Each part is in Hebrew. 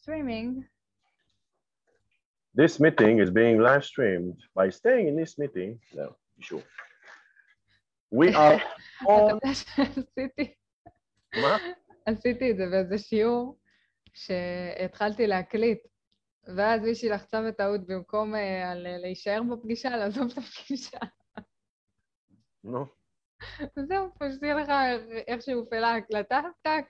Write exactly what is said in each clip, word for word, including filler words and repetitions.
streaming. This meeting is being live streamed. By staying in this meeting, no, sure. We are on... עשיתי, מה? עשיתי את זה באיזה שיעור שהתחלתי להקליט, ואז מישהי לחצה בטעות במקום uh, על להישאר בפגישה, לעזוב את הפגישה. נו. זהו, פשוטי לך איך שהופעלה ההקלטה, טק.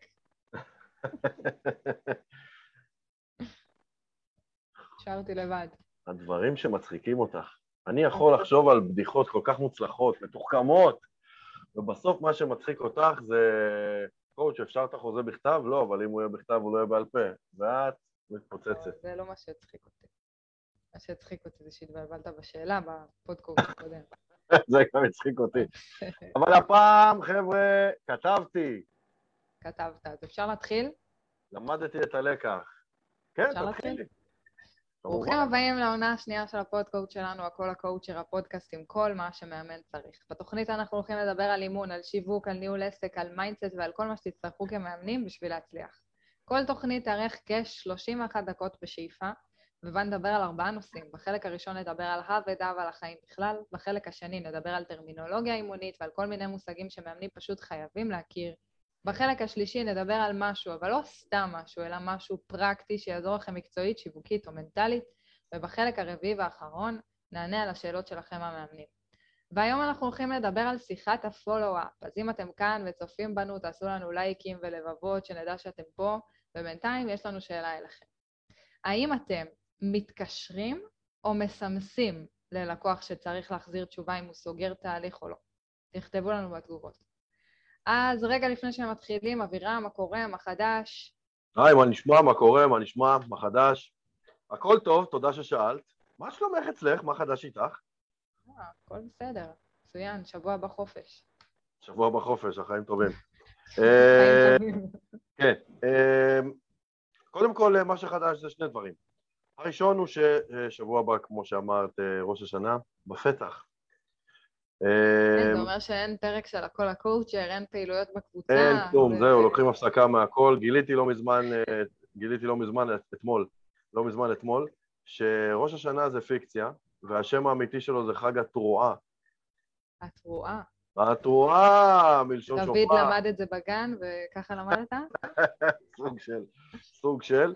שרתי לבד. הדברים שמצחיקים אותך. אני יכול לחשוב על בדיחות כל כך מוצלחות, מתוחכמות, ובסוף מה שמצחיק אותך זה... קואוצ' אפשר את החוזה בכתב? לא, אבל אם הוא יהיה בכתב הוא לא יהיה בעל פה. ואת מתפוצצת. זה לא מה שהצחיק אותי. מה שהצחיק אותי זה שהתבלבלת בשאלה בפודקאסט הקודם. זה גם הצחיק אותי. אבל הפעם, חבר'ה, כתבתי. כתבת. אז אפשר להתחיל? למדתי את הלקח. כן, תתחילי. ברוכים הבאים לעונה השנייה של הפודקאסט שלנו, הכל הקואוצ'ר, הפודקאסט עם כל מה שמאמן צריך. בתוכנית אנחנו הולכים לדבר על אימון, על שיווק, על ניהול עסק, על מיינדסט ועל כל מה שתצטרכו כמאמנים בשביל להצליח. כל תוכנית תארך כ-שלושים ואחת דקות בשאיפה, ובה נדבר על ארבעה נושאים. בחלק הראשון נדבר על הוודא ועל החיים בכלל, בחלק השני נדבר על טרמינולוגיה אימונית ועל כל מיני מושגים שמאמנים פשוט חייבים להכיר. בחלק השלישי נדבר על משהו, אבל לא סתם משהו, אלא משהו פרקטי שיעזור לכם מקצועית, שיווקית או מנטלית, ובחלק הרביעי והאחרון נענה על השאלות שלכם המאמנים. והיום אנחנו הולכים לדבר על שיחת הפולו-אפ, אז אם אתם כאן וצופים בנו, תעשו לנו לייקים ולבבות, שנדע שאתם פה, ובינתיים יש לנו שאלה אליכם. האם אתם מתקשרים או מסמסים ללקוח שצריך להחזיר תשובה אם הוא סוגר תהליך או לא? תכתבו לנו בתגובות. אז רגע לפני שהם מתחילים, אבירם, מה קורה, מה חדש? היי, מה נשמע, מה קורה, מה נשמע, מה חדש? הכל טוב, תודה ששאלת. מה שלומך אצלך, מה חדש איתך? אה, הכל בסדר, מצוין, שבוע בחופש. שבוע בחופש, החיים טובים. חיים טובים. כן, קודם כל, מה שחדש זה שני דברים. הראשון הוא ששבוע הבא, כמו שאמרת, ראש השנה, בפתח. זה אומר שאין פרק של הכל הקואוצ'ר, אין פעילויות בקבוצה. אין כלום, זהו, לוקחים הפסקה מהכל. גיליתי לא מזמן, גיליתי לא מזמן אתמול, לא מזמן אתמול, שראש השנה זה פיקציה, והשם האמיתי שלו זה חג התרועה. התרועה. התרועה, מלשון שופר. דוד למד את זה בגן, וככה למדת? סוג של, סוג של.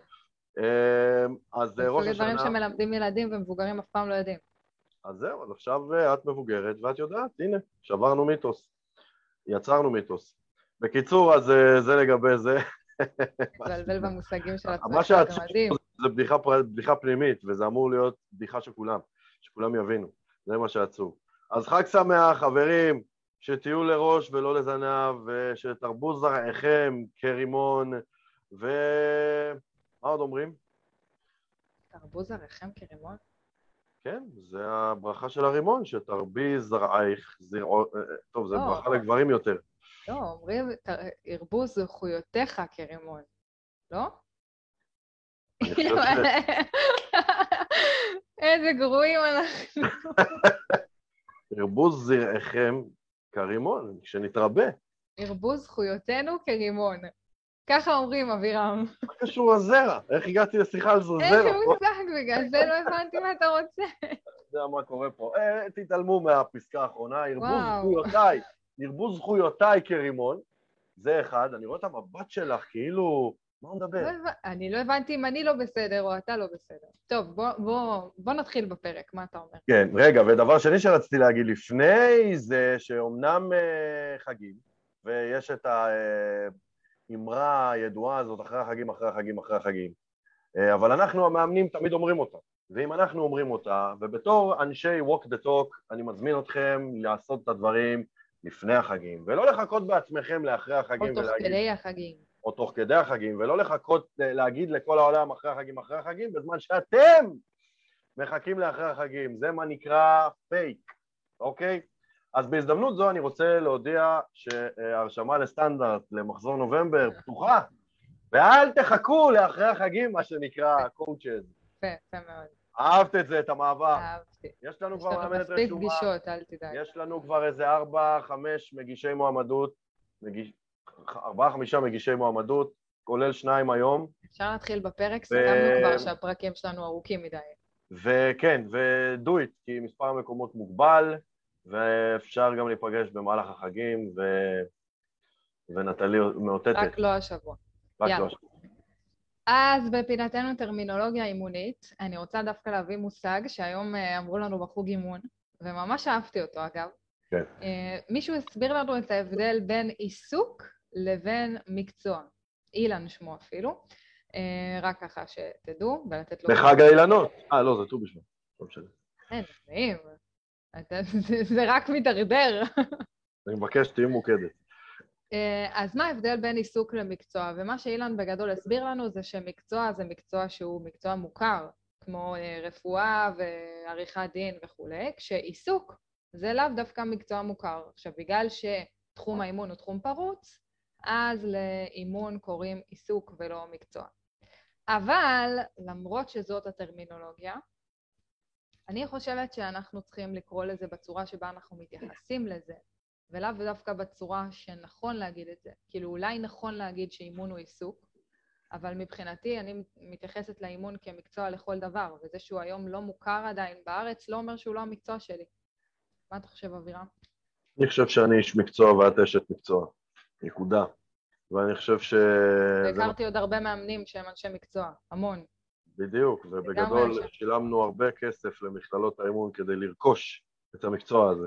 אז ראש השנה... סוג דברים שמלמדים ילדים ומבוגרים אף פעם לא יודעים. אז זהו, אז עכשיו את מבוגרת ואת יודעת, הנה, שברנו מיתוס, יצרנו מיתוס. בקיצור, אז זה לגבי זה. בלבל במושגים של עצמך, מה שאת מדהים. זה בדיחה, בדיחה פנימית, וזה אמור להיות בדיחה של כולם, שכולם יבינו, זה מה שעצוב. אז חג שמח, חברים, שתהיו לראש ולא לזנב, ושתרבו זרעיכם כרימון, ומה עוד אומרים? תרבו זרעיכם כרימון? כן, זה הברכה של הרימון, שתרבי זרעייך, זרעו... טוב, זה ברכה לגברים יותר. לא, אומרים, ירבו זכויותיך כרימון, לא? אני חושב ש... איזה גרועים אנחנו. ירבו זרעיכם כרימון, שנתרבה. ירבו זכויותינו כרימון. ככה אומרים, אבירם. מה קשור הזרע? איך הגעתי לשיחה על זה זרע? אין לי מושג, בגלל זה לא הבנתי מה אתה רוצה. אתה יודע מה קורה פה. תתעלמו מהפסקה האחרונה, ירבו זכויותיי, ירבו זכויותיי כרימון. זה אחד, אני רואה את המבט שלך, כאילו, מה הוא מדבר? אני לא הבנתי אם אני לא בסדר או אתה לא בסדר. טוב, בוא נתחיל בפרק, מה אתה אומר? כן, רגע, ודבר שני שרציתי להגיד לפני זה שאומנם חגים, ויש את ה... אמרה הידועה הזאת אחרי החגים, אחרי החגים, אחרי החגים. אבל אנחנו המאמנים תמיד אומרים אותה. ואם אנחנו אומרים אותה, ובתור אנשי walk the talk, אני מזמין אתכם לעשות את הדברים לפני החגים, ולא לחכות בעצמכם לאחרי החגים. או תוך ולהגיד, כדי החגים. או תוך כדי החגים, ולא לחכות להגיד לכל העולם אחרי החגים, אחרי החגים, בזמן שאתם מחכים לאחרי החגים. זה מה נקרא פייק, אוקיי? אז בהזדמנות זו אני רוצה להודיע שהרשמה לסטנדרט למחזור נובמבר פתוחה, ואל תחכו לאחרי החגים, מה שנקרא קואוצ'ז. יפה, יפה מאוד. אהבת את זה, את המעבר. אהבתי. יש לנו כבר מאמנת רשומה. מספיק פגישות, אל תדאג. יש לנו כבר איזה ארבע, חמש מגישי מועמדות, ארבעה, חמישה מגישי מועמדות, כולל שניים היום. אפשר להתחיל בפרק, סיכמנו כבר שהפרקים שלנו ארוכים מדי. וכן, ו-do it, כי מספר המקומות מוגבל, ואפשר גם להיפגש במהלך החגים, ו... ונטלי מאותתת. רק לא השבוע. רק לא השבוע. אז בפינתנו טרמינולוגיה אימונית, אני רוצה דווקא להביא מושג שהיום אמרו לנו בחוג אימון, וממש אהבתי אותו אגב. כן. מישהו הסביר לנו את ההבדל בין עיסוק לבין מקצוע. אילן שמו אפילו. רק ככה שתדעו, ולתת לו... בחג האילנות. אה, לא, זה ט"ו בשבט. לא משנה. אין, נעים. זה רק מתדרדר. אני מבקש שתהיי מוקדת. אז מה ההבדל בין עיסוק למקצוע? ומה שאילן בגדול הסביר לנו זה שמקצוע זה מקצוע שהוא מקצוע מוכר, כמו רפואה ועריכת דין וכולי, כשעיסוק זה לאו דווקא מקצוע מוכר. עכשיו, בגלל שתחום האימון הוא תחום פרוץ, אז לאימון קוראים עיסוק ולא מקצוע. אבל למרות שזאת הטרמינולוגיה, אני חושבת שאנחנו צריכים לקרוא לזה בצורה שבה אנחנו מתייחסים לזה, ולאו דווקא בצורה שנכון להגיד את זה. כאילו אולי נכון להגיד שאימון הוא עיסוק, אבל מבחינתי אני מתייחסת לאימון כמקצוע לכל דבר, וזה שהוא היום לא מוכר עדיין בארץ לא אומר שהוא לא המקצוע שלי. מה אתה חושב, אבירם? אני חושב שאני איש מקצוע ואת אשת מקצוע. נקודה. ואני חושב ש... והכרתי עוד הרבה מאמנים שהם אנשי מקצוע, המון. בדיוק, ובגדול שילמנו הרבה כסף למכללות האימון כדי לרכוש את המקצוע הזה.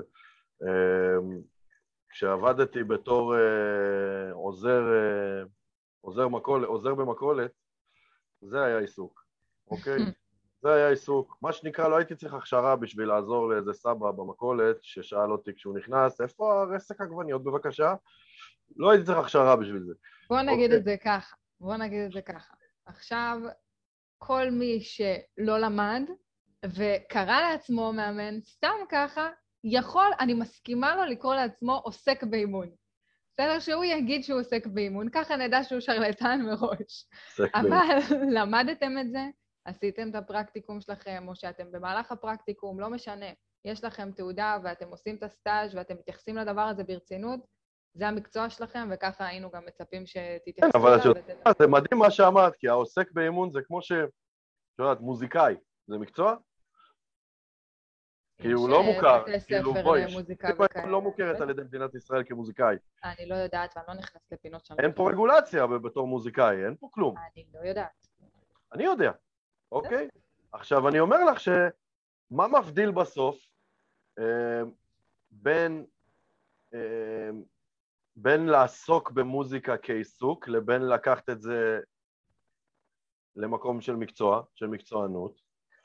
כשעבדתי בתור עוזר, עוזר, מקול, עוזר במקולת, זה היה עיסוק, אוקיי? זה היה עיסוק. מה שנקרא, לא הייתי צריך הכשרה בשביל לעזור לאיזה סבא במקולת ששאל אותי כשהוא נכנס, איפה הרסק עגבניות בבקשה? לא הייתי צריך הכשרה בשביל זה. בוא נגיד את זה ככה, בוא נגיד את זה ככה. עכשיו, כל מי שלא למד וקרא לעצמו מאמן סתם ככה, יכול, אני מסכימה לו לקרוא לעצמו עוסק באימון. בסדר שהוא יגיד שהוא עוסק באימון, ככה נדע שהוא שרלטן מראש. אבל למדתם את זה, עשיתם את הפרקטיקום שלכם, או שאתם במהלך הפרקטיקום, לא משנה, יש לכם תעודה ואתם עושים את הסטאז' ואתם מתייחסים לדבר הזה ברצינות, זה המקצוע שלכם, וככה היינו גם מצפים שתתייחסו. כן, אבל זה מדהים מה שאמרת, כי העוסק באימון זה כמו ש... שואלת, מוזיקאי, זה מקצוע? כי הוא לא מוכר, כאילו בואי, היא לא מוכרת על ידי מדינת ישראל כמוזיקאי. אני לא יודעת, ואני לא נכנסת לפינות שם. אין פה רגולציה בתור מוזיקאי, אין פה כלום. אני לא יודעת. אני יודע, אוקיי? עכשיו, אני אומר לך שמה מבדיל בסוף בין... בין לעסוק במוזיקה כעיסוק, לבין לקחת את זה למקום של מקצוע, של מקצוענות.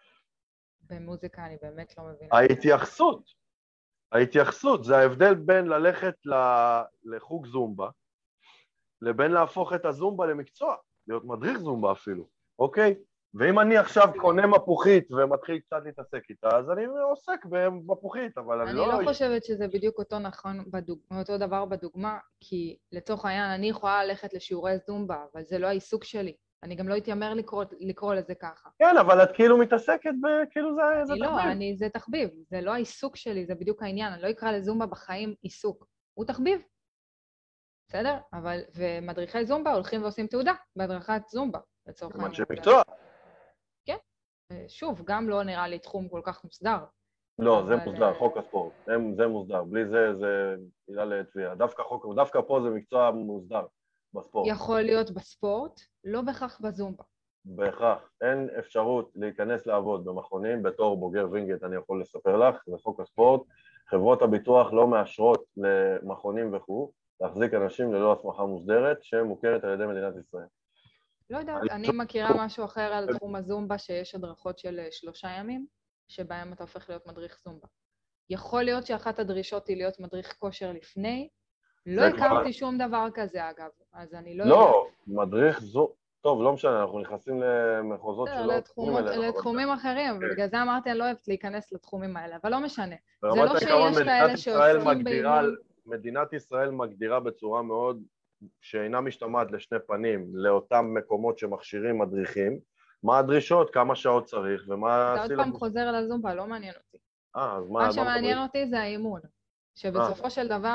במוזיקה אני באמת לא מבינה. ההתייחסות, ההתייחסות, זה ההבדל בין ללכת לחוג זומבה, לבין להפוך את הזומבה למקצוע, להיות מדריך זומבה אפילו, אוקיי? ואם אני עכשיו קונה מפוחית ומתחיל קצת להתעסק איתה, אז אני עוסק במפוחית, אבל אני לא... אני לא חושבת שזה בדיוק אותו נכון, אותו דבר בדוגמה, כי לצורך העניין אני יכולה ללכת לשיעורי זומבה, אבל זה לא העיסוק שלי. אני גם לא התיימר לקרוא לזה ככה. כן, אבל את כאילו מתעסקת בכאילו זה תחביב. לא, אני, זה תחביב, זה לא העיסוק שלי, זה בדיוק העניין, אני לא אקרא לזומבה בחיים עיסוק, הוא תחביב. בסדר? אבל, ומדריכי זומבה הולכים ועושים תעודה בהדרכת זומבה, לצורך העניין. אנשי מקצוע. כן, שוב, גם לא נראה לי תחום כל כך מוסדר. לא, זה מוסדר, חוק הספורט, זה מוסדר, בלי זה זה עילה לתביעה. דווקא חוק, דווקא פה זה מקצוע מוסדר בספורט. יכול להיות בספורט, לא בהכרח בזומבה. בהכרח, אין אפשרות להיכנס לעבוד במכונים, בתור בוגר וינגייט אני יכול לספר לך, זה חוק הספורט, חברות הביטוח לא מאשרות למכונים וכו', להחזיק אנשים ללא הסמכה מוסדרת שמוכרת על ידי מדינת ישראל. לא יודעת, אני מכירה משהו אחר על תחום הזומבה, שיש הדרכות של שלושה ימים, שבהם אתה הופך להיות מדריך זומבה. יכול להיות שאחת הדרישות היא להיות מדריך כושר לפני, לא הכרתי שום דבר כזה אגב, אז אני לא יודעת. לא, מדריך זומבה, טוב, לא משנה, אנחנו נכנסים למחוזות שלא... לתחומים אחרים, ובגלל זה אמרתי, אני לא אוהבת להיכנס לתחומים האלה, אבל לא משנה. זה לא שיש כאלה שעוסקים באימון. מדינת ישראל מגדירה בצורה מאוד שאינה משתמעת לשני פנים, לאותם מקומות שמכשירים מדריכים, מה הדרישות, כמה שעות צריך, ומה... אתה עוד פעם חוזר על הזומבה, לא מעניין אותי. אה, אז מה... מה שמעניין אותי זה האימון, שבסופו של דבר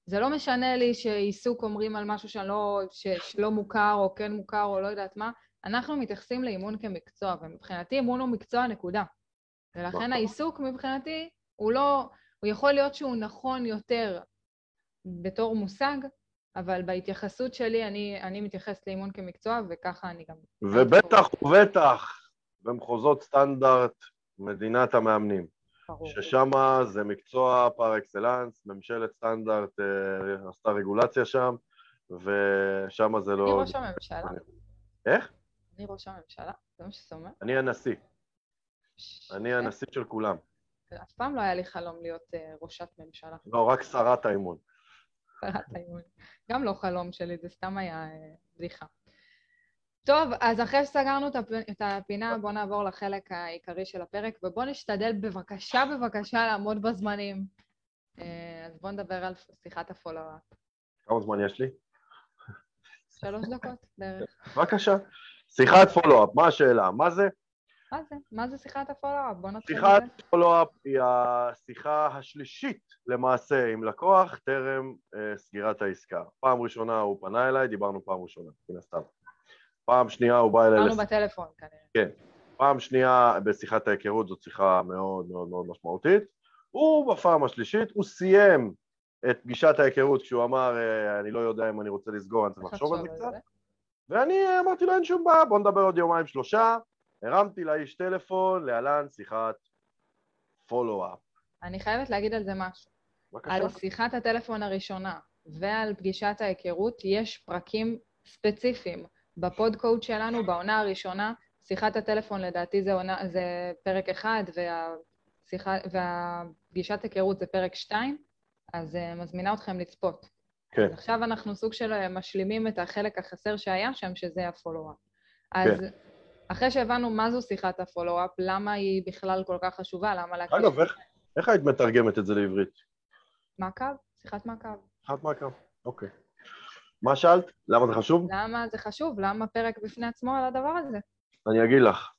זה לא משנה לי שעיסוק אומרים על משהו שאני לא, ש, שלא מוכר או כן מוכר או לא יודעת מה, אנחנו מתייחסים לאימון כמקצוע, ומבחינתי אימון הוא מקצוע נקודה. ולכן העיסוק מבחינתי הוא לא, הוא יכול להיות שהוא נכון יותר בתור מושג, אבל בהתייחסות שלי אני, אני מתייחסת לאימון כמקצוע, וככה אני גם... ובטח ובטח במחוזות סטנדרט מדינת המאמנים. ברור. ששם זה מקצוע פר אקסלנס, ממשלת סטנדרט אה, עשתה רגולציה שם, ושם זה לא... אני ראש הממשלה. איך? אני ראש הממשלה, זה מה שסומך? אני הנשיא. אני הנשיא של כולם. אף פעם לא היה לי חלום להיות uh, ראשת ממשלה. לא, רק שרת האימון. שרת האימון. גם לא חלום שלי, זה סתם היה uh, בדיחה. טוב, אז אחרי שסגרנו את הפינה, בואו נעבור לחלק העיקרי של הפרק, ובואו נשתדל בבקשה, בבקשה לעמוד בזמנים. Uh, אז בואו נדבר על שיחת הפולו-אפ. כמה זמן יש לי? שלוש דקות בערך. בבקשה. שיחת פולו-אפ, מה השאלה? מה זה? מה זה? מה זה שיחת הפולו-אפ? בוא נתחיל שיחת פולו-אפ היא השיחה השלישית למעשה עם לקוח טרם אה, סגירת העסקה. פעם ראשונה הוא פנה אליי, דיברנו פעם ראשונה, מן הסתם. פעם שנייה הוא בא אליי... דיברנו לס... בטלפון כנראה. כן. פעם שנייה בשיחת ההיכרות זאת שיחה מאוד מאוד מאוד משמעותית. הוא בפעם השלישית, הוא סיים את פגישת ההיכרות כשהוא אמר, אני לא יודע אם אני רוצה לסגור, אני צריך לחשוב על זה קצת. ואני אמרתי לו, אין שום בעיה, בוא נדבר עוד יומיים שלושה. הרמתי לאיש טלפון, להלן שיחת פולו-אפ. אני חייבת להגיד על זה משהו. בבקשה. על שיחת הטלפון הראשונה ועל פגישת ההיכרות יש פרקים ספציפיים. בפודקאסט שלנו, בעונה הראשונה, שיחת הטלפון לדעתי זה, עונה, זה פרק אחד, והשיחה, והפגישת היכרות זה פרק שתיים, אז uh, מזמינה אתכם לצפות. כן. אז עכשיו אנחנו סוג של משלימים את החלק החסר שהיה שם, שזה הפולו-אפ. אז כן. אחרי שהבנו מה זו שיחת הפולו-אפ, למה היא בכלל כל כך חשובה, למה להקשיב? אגב, איך, איך היית מתרגמת את זה לעברית? מעקב, שיחת מעקב. שיחת מעקב, אוקיי. מה שאלת? למה זה חשוב? למה זה חשוב? למה פרק בפני עצמו על הדבר הזה? אני אגיד לך.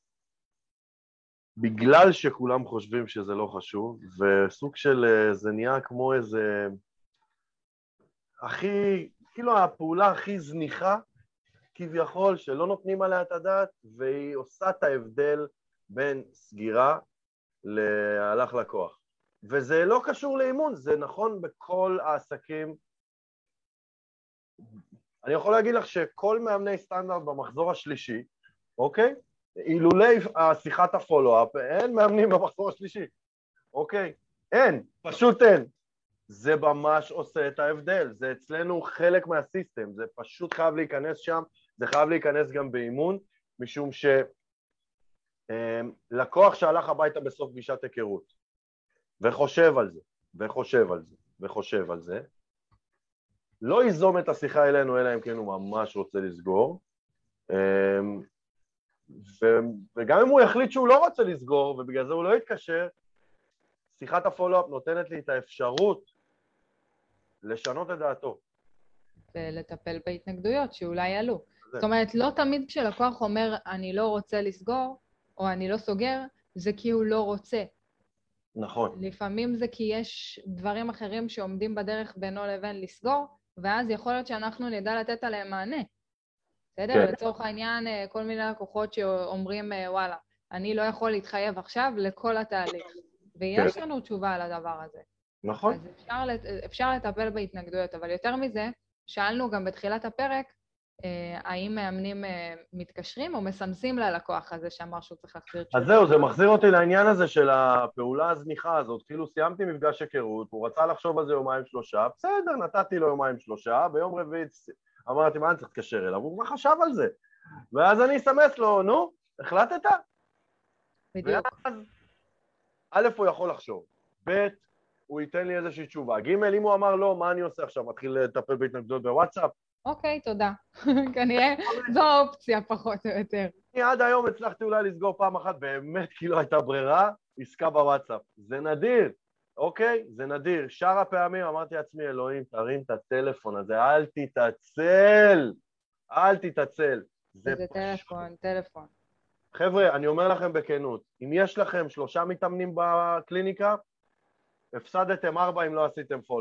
בגלל שכולם חושבים שזה לא חשוב, וסוג של זה נהיה כמו איזה... הכי, כאילו הפעולה הכי זניחה, כביכול, שלא נותנים עליה את הדעת, והיא עושה את ההבדל בין סגירה להלך לקוח. וזה לא קשור לאימון, זה נכון בכל העסקים. אני יכול להגיד לך שכל מאמני סטנדרט במחזור השלישי, אוקיי? אילולי שיחת הפולו-אפ, אין מאמנים במחזור השלישי, אוקיי? אין, פשוט אין. זה ממש עושה את ההבדל, זה אצלנו חלק מהסיסטם, זה פשוט חייב להיכנס שם, זה חייב להיכנס גם באימון, משום שלקוח שהלך הביתה בסוף פגישת היכרות, וחושב על זה, וחושב על זה, וחושב על זה, לא ייזום את השיחה אלינו, אלא אם כן הוא ממש רוצה לסגור, וגם אם הוא יחליט שהוא לא רוצה לסגור, ובגלל זה הוא לא יתקשר, שיחת הפולו-אפ נותנת לי את האפשרות לשנות את דעתו. ולטפל בהתנגדויות שאולי יעלו. זאת אומרת, לא תמיד כשלקוח אומר, אני לא רוצה לסגור, או אני לא סוגר, זה כי הוא לא רוצה. נכון. לפעמים זה כי יש דברים אחרים שעומדים בדרך בינו לבין לסגור, ואז יכול להיות שאנחנו נדע לתת עליהם מענה. בסדר? כן. לצורך העניין, כל מיני לקוחות שאומרים, וואלה, אני לא יכול להתחייב עכשיו לכל התהליך. ויש כן. לנו תשובה על הדבר הזה. נכון. אז אפשר, אפשר לטפל בהתנגדויות, אבל יותר מזה, שאלנו גם בתחילת הפרק, האם מאמנים מתקשרים או מסמסים ללקוח הזה שאמר שהוא צריך להחזיר תשובה. אז זהו, זה מחזיר אותי לעניין הזה של הפעולה הזניחה הזאת. כאילו סיימתי מפגש היכרות, הוא רצה לחשוב על זה יומיים שלושה, בסדר, נתתי לו יומיים שלושה, ביום רביעי אמרתי, מה אני צריך להתקשר אליו? הוא מה חשב על זה? ואז אני אסמס לו, נו, החלטת? בדיוק. ואז, א', הוא יכול לחשוב, ב', הוא ייתן לי איזושהי תשובה, ג', אם הוא אמר לא, מה אני עושה עכשיו? מתחיל לטפל בהתנגדות בוואטסאפ? אוקיי, תודה. כנראה זו האופציה פחות או יותר. אני עד היום הצלחתי אולי לסגור פעם אחת, באמת כי לא הייתה ברירה, עסקה בוואטסאפ. זה נדיר, אוקיי? זה נדיר. שאר הפעמים אמרתי לעצמי, אלוהים, תרים את הטלפון הזה, אל תתעצל, אל תתעצל. זה טלפון, טלפון. חבר'ה, אני אומר לכם בכנות, אם יש לכם שלושה מתאמנים בקליניקה, הפסדתם ארבע אם לא עשיתם פולו-אפ.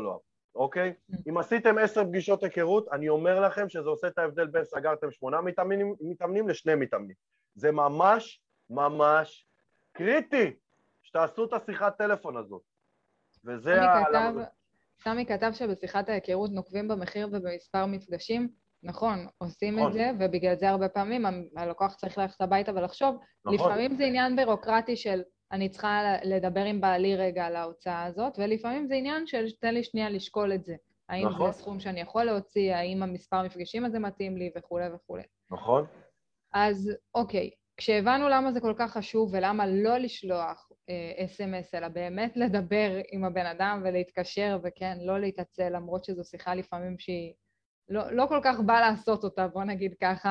אוקיי? אם עשיתם עשר פגישות היכרות, אני אומר לכם שזה עושה את ההבדל בין סגרתם שמונה מתאמנים, מתאמנים לשני מתאמנים. זה ממש ממש קריטי שתעשו את השיחת טלפון הזאת. וזה ה... כתב, סמי כתב שבשיחת ההיכרות נוקבים במחיר ובמספר מפגשים. נכון, עושים נכון. את זה, ובגלל זה הרבה פעמים הלקוח צריך ללכת הביתה ולחשוב. נכון. לפעמים זה עניין בירוקרטי של אני צריכה לדבר עם בעלי רגע על ההוצאה הזאת, ולפעמים זה עניין של תן לי שנייה לשקול את זה. האם נכון. זה סכום שאני יכול להוציא, האם המספר מפגשים הזה מתאים לי וכו' וכו'. נכון. אז אוקיי, כשהבנו למה זה כל כך חשוב ולמה לא לשלוח אס אם אס, אלא באמת לדבר עם הבן אדם ולהתקשר, וכן, לא להתעצל, למרות שזו שיחה לפעמים שהיא לא, לא כל כך בא לעשות אותה, בוא נגיד ככה.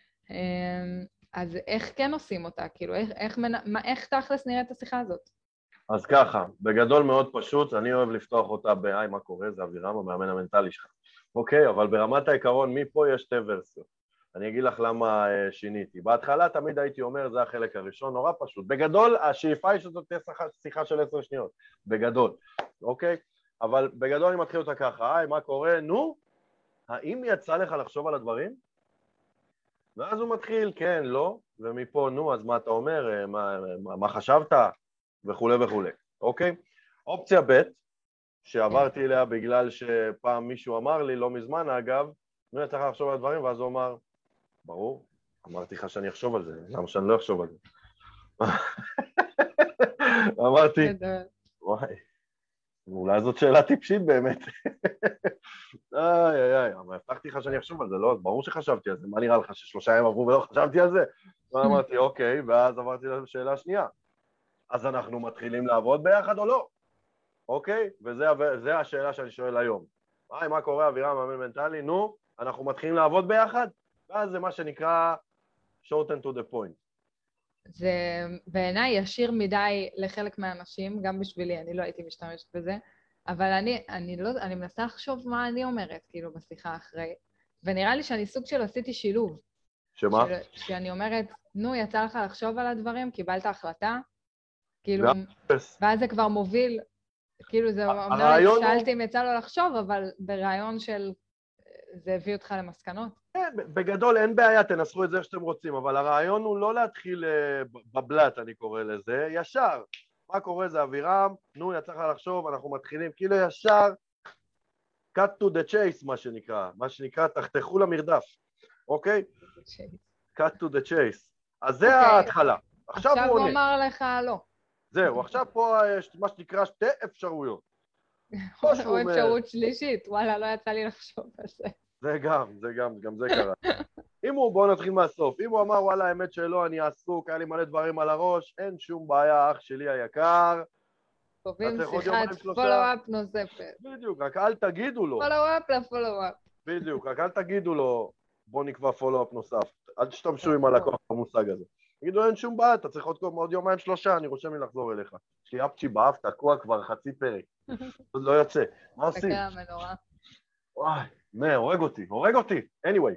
אז איך כן עושים אותה? כאילו, איך, איך, מה, איך תכלס נראית השיחה הזאת? אז ככה, בגדול מאוד פשוט, אני אוהב לפתוח אותה בהיי, מה קורה? זה אבירם, המאמן המנטלי שלך. אוקיי, אבל ברמת העיקרון, מפה יש שתי ורסיות. אני אגיד לך למה שיניתי. בהתחלה תמיד הייתי אומר, זה החלק הראשון, נורא פשוט. בגדול, השאיפה היא שזאת תהיה שיחה של עשר שניות. בגדול, אוקיי? אבל בגדול אני מתחיל אותה ככה, היי, מה קורה? נו, האם יצא לך לחשוב על הדברים? ואז הוא מתחיל, כן, לא, ומפה, נו, אז מה אתה אומר, מה, מה, מה חשבת? וכו' וכו', אוקיי? אופציה ב' שעברתי אליה בגלל שפעם מישהו אמר לי, לא מזמן אגב, נו, יצא לך לחשוב על הדברים, ואז הוא אמר, ברור, אמרתי לך שאני אחשוב על זה, למה שאני לא אחשוב על זה? אמרתי, וואי, אולי זאת שאלה טיפשית באמת. איי, איי, איי, אבל הבטחתי לך שאני אחשוב על זה, לא? ברור שחשבתי על זה, מה נראה לך ששלושה ימים עברו ולא חשבתי על זה? ואמרתי, אוקיי, ואז עברתי לשאלה השנייה. אז אנחנו מתחילים לעבוד ביחד או לא? אוקיי? וזה השאלה שאני שואל היום. היי, מה קורה, אבירם, מאמן מנטלי? נו, אנחנו מתחילים לעבוד ביחד? ואז זה מה שנקרא shorten to the point. זה בעיניי ישיר מדי לחלק מהאנשים, גם בשבילי, אני לא הייתי משתמשת בזה, אבל אני, אני, לא, אני מנסה לחשוב מה אני אומרת, כאילו, בשיחה אחרי, ונראה לי שאני סוג של עשיתי שילוב. שמה? של, שאני אומרת, נו, יצא לך לחשוב על הדברים, קיבלת החלטה, כאילו, ואז זה כבר מוביל, כאילו, זה אומר, שאלתי אם יצא לו לחשוב, אבל ברעיון של, זה הביא אותך למסקנות. כן, בגדול אין בעיה, תנסחו את זה שאתם רוצים, אבל הרעיון הוא לא להתחיל בבלט, אני קורא לזה, ישר. מה קורה זה אבירם, נו, יצא לך לחשוב, אנחנו מתחילים, כאילו ישר, cut to the chase, מה שנקרא, מה שנקרא, תחתכו למרדף, אוקיי? cut to the chase. אז זה ההתחלה. עכשיו הוא אמר לך לא. זהו, עכשיו פה יש מה שנקרא שתי אפשרויות. או אפשרות שלישית, וואלה, לא יצא לי לחשוב על זה. זה גם, זה גם, גם זה קרה. אם הוא, בואו נתחיל מהסוף, אם הוא אמר, וואלה, האמת שלא, אני עסוק, היה לי מלא דברים על הראש, אין שום בעיה, אח שלי היקר. קובעים שיחת פולו-אפ נוספת. בדיוק, רק אל תגידו לו. פולו-אפ לפולו-אפ. בדיוק, רק אל תגידו לו, בוא נקבע פולו-אפ נוסף. אל תשתמשו עם הלקוח במושג הזה. תגידו, אין שום בעיה, אתה צריך עוד, עוד יומיים שלושה, אני רושם לי לחזור אליך. יש לי אפצ'י באף, תקוע כבר חצי פרק. עוד לא יוצא. מה עושים? תקע מנורה. וואי, מה, הורג אותי, הורג אותי. anyway.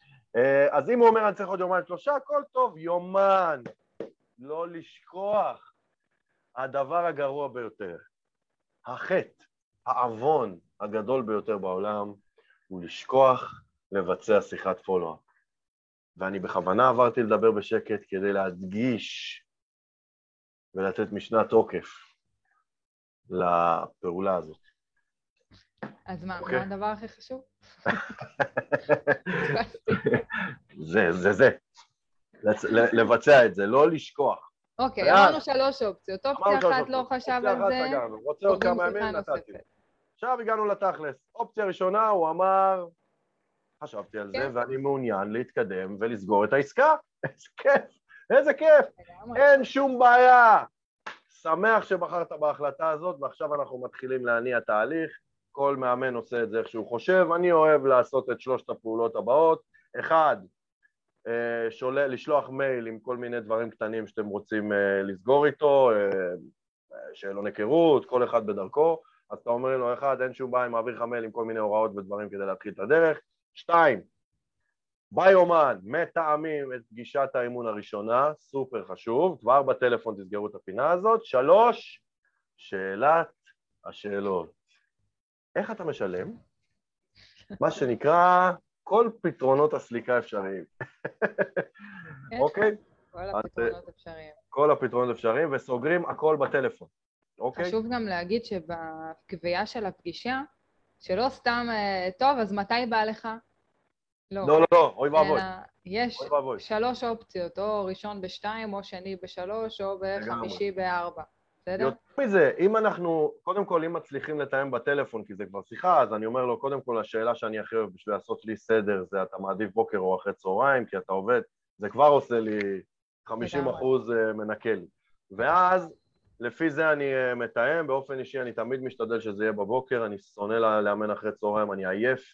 אז אם הוא אומר, אני צריך עוד יומיים שלושה, הכל טוב, יומן. לא לשכוח. הדבר הגרוע ביותר, החטא, העוון הגדול ביותר בעולם, הוא לשכוח לבצע שיחת פולו-אפ. ואני בכוונה עברתי לדבר בשקט כדי להדגיש ולתת משנת תוקף לפעולה הזאת. אז מה, מה הדבר הכי חשוב? זה, זה, זה. לבצע את זה, לא לשכוח. אוקיי, אמרנו שלוש אופציות. אופציה אחת לא חשב על זה, רוצה עוד כמה ימים, נתתי. עכשיו הגענו לתכלס. אופציה ראשונה, הוא אמר, חשבתי על זה, ואני מעוניין להתקדם ולסגור את העסקה. איזה כיף, איזה כיף. אין שום בעיה. שמח שבחרת בהחלטה הזאת, ועכשיו אנחנו מתחילים להניע תהליך. כל מאמן עושה את זה איך שהוא חושב. אני אוהב לעשות את שלושת הפעולות הבאות. אחד, שולל, לשלוח מייל עם כל מיני דברים קטנים שאתם רוצים לסגור איתו, שאלון היכרות, כל אחד בדרכו. אז אתה אומר לו, אחד, אין שום בעיה, מעביר לך מייל עם כל מיני הוראות ודברים כדי להתחיל את הדרך. שתיים, ביומן, מתאמים את פגישת האימון הראשונה, סופר חשוב, כבר בטלפון תסגרו את הפינה הזאת. שלוש, שאלת השאלות. איך אתה משלם? מה שנקרא כל פתרונות הסליקה אפשריים. אוקיי? כל הפתרונות אפשריים. כל הפתרונות אפשריים, וסוגרים הכל בטלפון. אוקיי? חשוב גם להגיד שבקביעה של הפגישה, שלא סתם, טוב, אז מתי בא לך? לא, לא, לא, אוי ואבוי. יש שלוש אופציות, או ראשון בשתיים, או שני בשלוש, או בחמישי בארבע. בסדר? יותר מזה, אם אנחנו, קודם כל, אם מצליחים לתאם בטלפון, כי זה כבר שיחה, אז אני אומר לו, קודם כל, השאלה שאני הכי אוהב בשביל לעשות לי סדר, זה אתה מעדיף בוקר או אחרי צהריים, כי אתה עובד, זה כבר עושה לי חמישים אחוז מנקה לי. ואז, לפי זה אני מתאם, באופן אישי אני תמיד משתדל שזה יהיה בבוקר, אני שונא לאמן אחרי צהריים, אני עייף,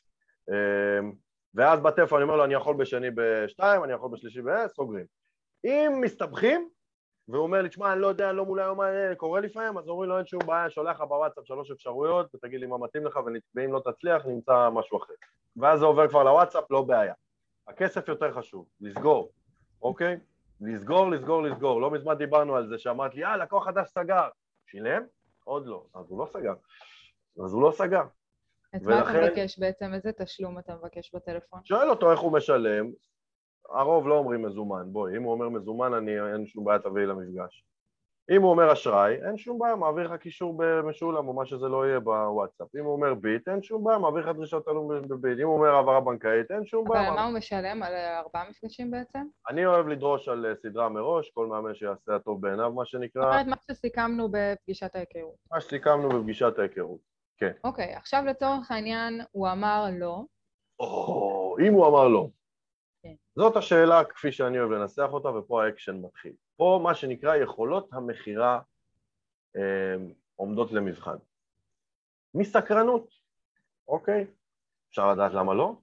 ואז בטלפון אני אומר לו, אני יכול בשני בשתיים, אני יכול בשלישי בעשר, סוגרים. אם מסתבכים, והוא אומר לי, תשמע, אני לא יודע, אני לא מולי היום, קורא לפעמים, אז אומרים לו, אין שום בעיה, שולח לך בוואטסאפ שלוש אפשרויות, ותגיד לי מה מתאים לך, ואם לא תצליח, נמצא משהו אחר. ואז זה עובר כבר לוואטסאפ, לא בעיה. הכסף יותר חשוב, לסגור, אוקיי? לסגור, לסגור, לסגור. לא מזמן דיברנו על זה, שאמרת לי, אה, לקוח חדש סגר. שילם? עוד לא. אז הוא לא סגר. אז הוא לא סגר. את מה אתה מבקש בעצם? איזה תשלום אתה מבקש בטלפון? שואל אותו איך הוא משלם. הרוב לא אומרים מזומן, בואי, אם הוא אומר מזומן, אני, אין שום בעיה תביאי למפגש. אם הוא אומר אשראי, אין שום בעיה, מעביר לך קישור במשולם, או מה שזה לא יהיה בוואטסאפ. אם הוא אומר ביט, אין שום בעיה, מעביר לך דרישת תשלום בביט. אם הוא אומר העברה בנקאית, אין שום בעיה. אבל מה הוא משלם? על ארבעה מפגשים בעצם? אני אוהב לדרוש על סדרה מראש, כל מאמן שיעשה הטוב בעיניו, מה שנקרא. זאת אומרת, מה שסיכמנו בפגישת ההיכרות. מה שסיכמנו בפגישת ההיכרות, כן. אוקיי, עכשיו לצורך העניין, הוא אמר לא. או, אם הוא אמר לא. זאת השאלה כפי שאני אוהב לנסח אותה, ופה האקשן מתחיל. פה מה שנקרא יכולות המחירה אה, עומדות למבחן. מסקרנות, אוקיי? אפשר לדעת למה לא?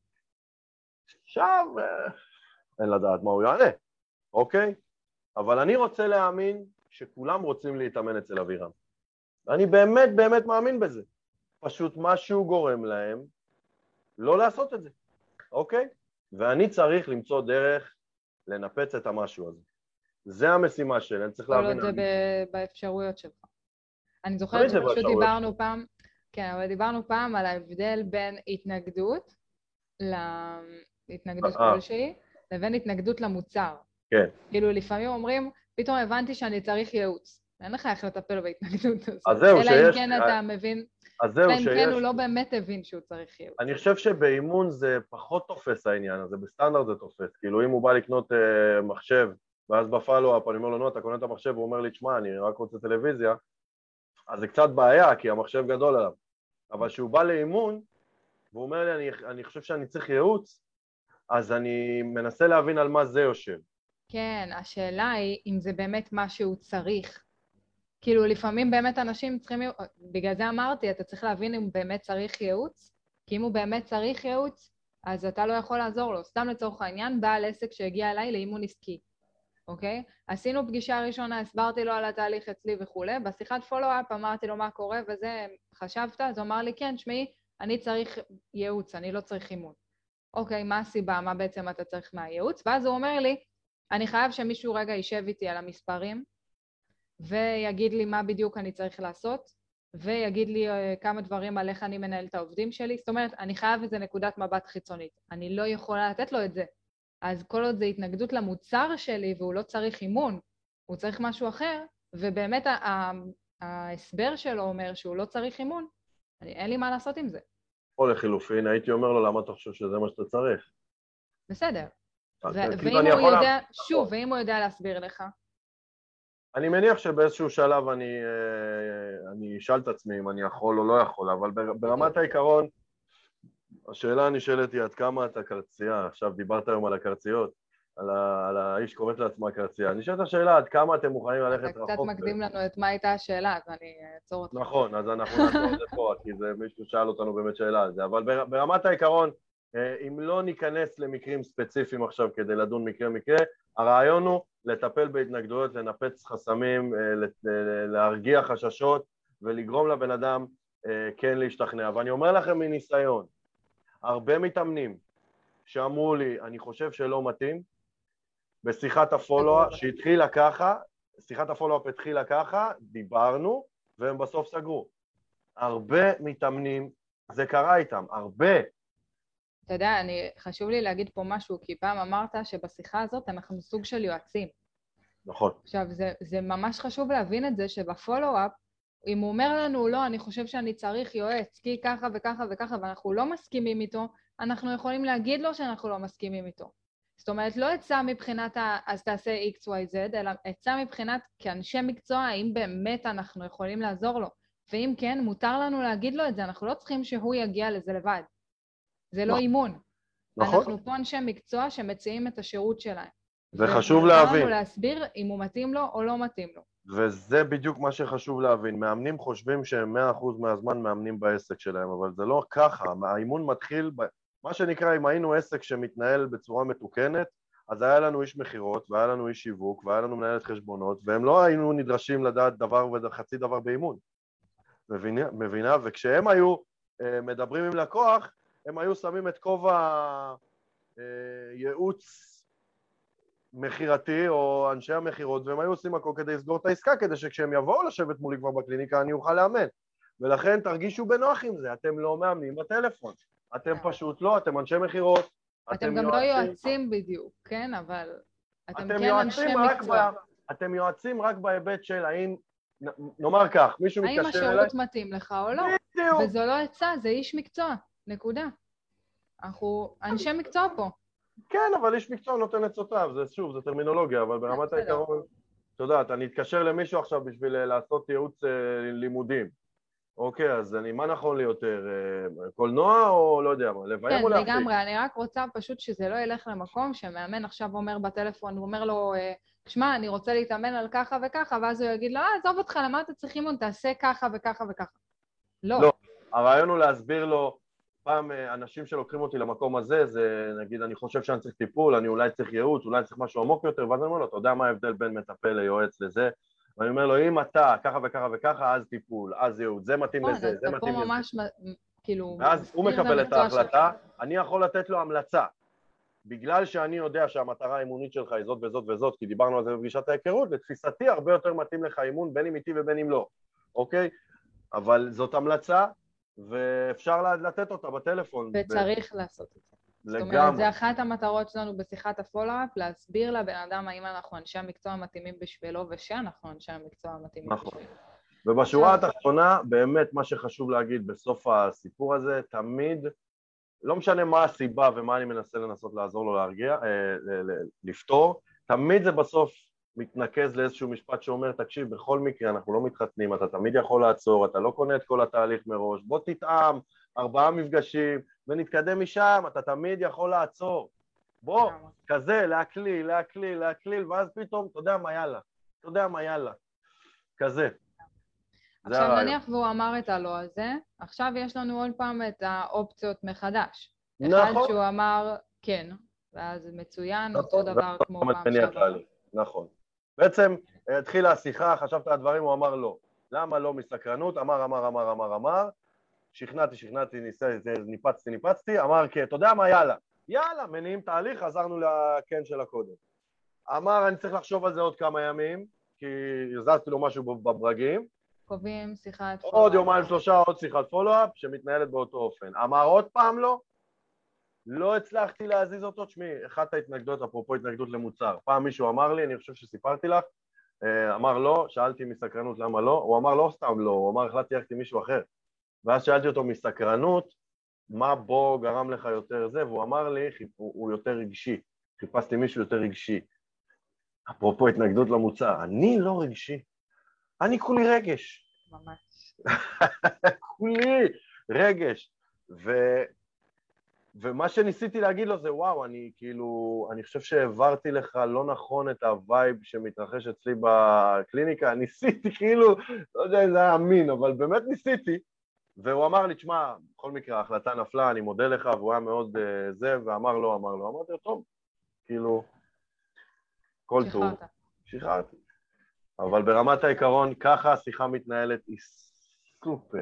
עכשיו אה, אין לדעת מה הוא יענה, אוקיי? אבל אני רוצה להאמין שכולם רוצים להתאמן אצל אבירם. ואני באמת באמת מאמין בזה. פשוט משהו גורם להם לא לעשות את זה, אוקיי? ואני צריך למצוא דרך לנפץ את המשהו הזה. זה המשימה שלי, אני צריך להבין... כל עוד זה באפשרויות שלך. אני זוכרת שפשוט דיברנו פעם, כן, אבל דיברנו פעם על ההבדל בין התנגדות, להתנגדות כלשהי, לבין התנגדות למוצר. כן. כאילו לפעמים אומרים, פתאום הבנתי שאני צריך ייעוץ. אין לך איך לטפל בהתנגדות הזאת. אז זהו שיש... אלא אם כן אתה מבין... אז זהו שיש... אלא אם כן הוא לא באמת הבין שהוא צריך ייעוץ. אני חושב שבאימון זה פחות תופס העניין הזה, בסטנדרט זה תופס. כאילו אם הוא בא לקנות uh, מחשב, ואז בפלו-אפ אני אומר לו, נו, אתה קונה את המחשב, הוא אומר לי, תשמע, אני רק רוצה טלוויזיה, אז זה קצת בעיה, כי המחשב גדול עליו. אבל כשהוא בא לאימון, והוא אומר לי, אני, אני חושב שאני צריך ייעוץ, אז אני מנסה להבין על מה זה יושב. כן, השאלה היא אם זה באמת מה שהוא צריך. כאילו, לפעמים באמת אנשים צריכים, בגלל זה אמרתי, אתה צריך להבין אם הוא באמת צריך ייעוץ, כי אם הוא באמת צריך ייעוץ, אז אתה לא יכול לעזור לו. סתם לצורך העניין, בעל עסק שהגיע אליי לאימון עסקי, אוקיי? עשינו פגישה ראשונה, הסברתי לו על התהליך אצלי וכו', בשיחת פולו-אפ אמרתי לו מה קורה וזה, חשבת? אז הוא אמר לי, כן, שמי, אני צריך ייעוץ, אני לא צריך אימון. אוקיי, מה הסיבה? מה בעצם אתה צריך מהייעוץ? ואז הוא אומר לי, אני חייב שמישהו רגע יישב איתי על המספרים, ויגיד לי מה בדיוק אני צריך לעשות, ויגיד לי כמה דברים על איך אני מנהל את העובדים שלי. זאת אומרת, אני חייב איזה נקודת מבט חיצונית. אני לא יכולה לתת לו את זה. אז כל עוד זה התנגדות למוצר שלי, והוא לא צריך אימון, הוא צריך משהו אחר, ובאמת ההסבר שלו אומר שהוא לא צריך אימון, אני, אין לי מה לעשות עם זה. או לחילופין, הייתי אומר לו, למה אתה חושב שזה מה שאתה צריך? בסדר. ואם הוא יודע, שוב, ואם הוא יודע להסביר לך? אני מניח שבאיזשהו שלב אני, אני אשאל את עצמי אם אני יכול או לא יכול, אבל ברמת העיקרון, השאלה הנשאלת היא עד כמה אתה קרצייה. עכשיו דיברת היום על הקרציות, על, ה, על האיש קוראת לעצמה קרצייה. נשאלת השאלה עד כמה אתם מוכנים ללכת רחוק. אתה קצת מקדים לנו את מה הייתה השאלה, אז אני אעצור אותך. נכון, אז אנחנו נעצור את זה פה, כי זה מישהו שאל אותנו באמת שאלה על זה. אבל ברמת העיקרון, אם לא ניכנס למקרים ספציפיים עכשיו כדי לדון מקרה-מקרה, הרעיון הוא לטפל בהתנגדויות, לנפץ חסמים, להרגיע חששות ולגרום לבן אדם כן להשתכנע. ואני אומר לכם מניסיון, הרבה מתאמנים שאמרו לי, אני חושב שלא מתאים, בשיחת הפולו-אפ שהתחילה ככה, שיחת הפולו-אפ התחילה ככה, דיברנו והם בסוף סגרו. הרבה מתאמנים, זה קרה איתם, הרבה. אתה יודע, אני, חשוב לי להגיד פה משהו, כי פעם אמרת שבשיחה הזאת אנחנו סוג של יועצים. נכון. עכשיו, זה, זה ממש חשוב להבין את זה שבפולו-אפ, אם הוא אומר לנו, לא, אני חושב שאני צריך יועץ, כי ככה וככה וככה, ואנחנו לא מסכימים איתו, אנחנו יכולים להגיד לו שאנחנו לא מסכימים איתו. זאת אומרת, לא עצה מבחינת ה... אז תעשה אקס וואי זד, אלא עצה מבחינת כאנשי מקצוע, האם באמת אנחנו יכולים לעזור לו. ואם כן, מותר לנו להגיד לו את זה, אנחנו לא צריכים שהוא יגיע לזה לבד. זה לא אימון. נכון. אנחנו פה אנשי מקצוע שמציעים את השירות שלהם. וחשוב ומותר להבין. לנו להסביר אם הוא מתאים לו או לא מתאים לו. וזה בדיוק מה שחשוב להבין. מאמנים חושבים שהם מאה אחוז מהזמן מאמנים בעסק שלהם, אבל זה לא ככה. האימון מתחיל, ב... מה שנקרא, אם היינו עסק שמתנהל בצורה מתוקנת, אז היה לנו איש מחירות, והיה לנו איש שיווק, והיה לנו מנהלת חשבונות, והם לא היינו נדרשים לדעת דבר וחצי דבר באימון. מבינה? מבינה? וכשהם היו אה, מדברים עם לקוח, הם היו שמים את כובע אה, ייעוץ מחירתי או אנשי המחירות, והם היו עושים הכל כדי לסגור את העסקה, כדי שכשהם יבואו לשבת מולי כבר בקליניקה אני אוכל לאמן. ולכן תרגישו בנוח עם זה, אתם לא מאמנים בטלפון. אתם פשוט לא, אתם אנשי מחירות. אתם גם לא יועצים בדיוק, כן? אבל אתם כן אנשי מקצוע. אתם יועצים רק בהיבט של האם, נאמר כך, מישהו מתקשר אליי... האם השירות מתאים לך או לא? בדיוק. וזו לא עצה, זה איש מקצוע, נקודה. אנחנו אנשי מקצוע פה. כן, אבל איש מקצוע נותן עצותיו, זה שוב, זה טרמינולוגיה, אבל ברמת העיקרון, אתה יודע, אני אתקשר למישהו עכשיו בשביל לעשות ייעוץ לימודים. אוקיי, אז אני, מה נכון לי יותר, קולנוע או לא יודע מה, לביים או להפסיק? כן, לגמרי, אני רק רוצה פשוט שזה לא ילך למקום שמאמן עכשיו אומר בטלפון, הוא אומר לו, שמע, אני רוצה להתאמן על ככה וככה, ואז הוא יגיד לו, אה, עזוב אותך, למה אתה צריך אימון, תעשה ככה וככה וככה. לא. לא, הרעיון הוא להסביר לו, פעם אנשים שלוקחים אותי למקום הזה, זה נגיד, אני חושב שאני צריך טיפול, אני אולי צריך ייעוץ, אולי צריך משהו עמוק יותר, ואז אני אומר לו, אתה יודע מה ההבדל בין מטפל ליועץ לזה? ואני אומר לו, אם אתה ככה וככה וככה, אז טיפול, אז ייעוץ, זה מתאים לזה, זה מתאים לזה. ממש, כאילו... ואז הוא מקבל את ההחלטה, אני יכול לתת לו המלצה. בגלל שאני יודע שהמטרה האימונית שלך היא זאת וזאת וזאת, כי דיברנו על זה בפגישת ההיכרות, לתפיסתי הרבה יותר מתאים לך אימון, בין אם איתי ובין אם לא, אוקיי? אבל זאת המלצה, ואפשר לתת אותה בטלפון. וצריך לעשות את זה. לגמרי. זאת אומרת, זה אחת המטרות שלנו בשיחת הפולו-אפ, להסביר לבן אדם האם אנחנו אנשי המקצוע המתאימים בשבילו, ושאנחנו אנשי המקצוע המתאימים נכון. בשבילו. ובשורה התחתונה, באמת מה שחשוב להגיד בסוף הסיפור הזה, תמיד, לא משנה מה הסיבה ומה אני מנסה לנסות לעזור לו להרגיע, לפתור, תמיד זה בסוף מתנקז לאיזשהו משפט שאומר, תקשיב, בכל מקרה אנחנו לא מתחתנים, אתה תמיד יכול לעצור, אתה לא קונה את כל התהליך מראש, בוא תטעם, ארבעה מפגשים, ונתקדם משם, אתה תמיד יכול לעצור. בוא, כזה, להקליל, להקליל, להקליל, ואז פתאום, אתה יודע מה, יאללה. אתה יודע מה, יאללה. כזה. עכשיו נניח והוא אמר את הלא הזה, עכשיו יש לנו עוד פעם את האופציות מחדש. נכון. אחד שהוא אמר כן, ואז מצוין, אותו דבר כמו פעם שעברה. נכון. בעצם התחילה השיחה, חשבת על הדברים, הוא אמר לא. למה לא מסקרנות? אמר, אמר, אמר, אמר, אמר. שכנעתי, שכנעתי, ניפצתי, ניפצתי, אמר, כי אתה יודע מה, יאללה. יאללה, מניעים תהליך, חזרנו לכן של הקודם. אמר, אני צריך לחשוב על זה עוד כמה ימים, כי הזזתי לו משהו בברגים. קובעים שיחת פולו-אפ. עוד יומיים שלושה, עוד שיחת פולו-אפ, שמתנהלת באותו אופן. אמר עוד פעם לא, לא הצלחתי להזיז אותו. תשמעי, אחת ההתנגדות, אפרופו התנגדות למוצר. פעם מישהו אמר לי, אני חושב שסיפרתי לך, אמר לא, שאלתי מסקרנות למה לא, הוא אמר לא סתם לא, הוא אמר, החלטתי ללכת עם מישהו אחר. ואז שאלתי אותו מסקרנות, מה בו גרם לך יותר זה, והוא אמר לי, הוא, הוא יותר רגשי, חיפשתי מישהו יותר רגשי. אפרופו התנגדות למוצר, אני לא רגשי, אני כולי רגש. ממש. כולי רגש. ו... ומה שניסיתי להגיד לו זה, וואו, אני כאילו, אני חושב שהעברתי לך לא נכון את הווייב שמתרחש אצלי בקליניקה, ניסיתי כאילו, לא יודע אם זה היה אמין, אבל באמת ניסיתי, והוא אמר לי, תשמע, בכל מקרה, ההחלטה נפלה, אני מודה לך, והוא היה מאוד uh, זה, ואמר לו, אמר לו, אמרתי לו, טוב, כאילו, כל טוב. שחררת. שחררתי. אבל ברמת העיקרון, ככה השיחה מתנהלת, היא סופר,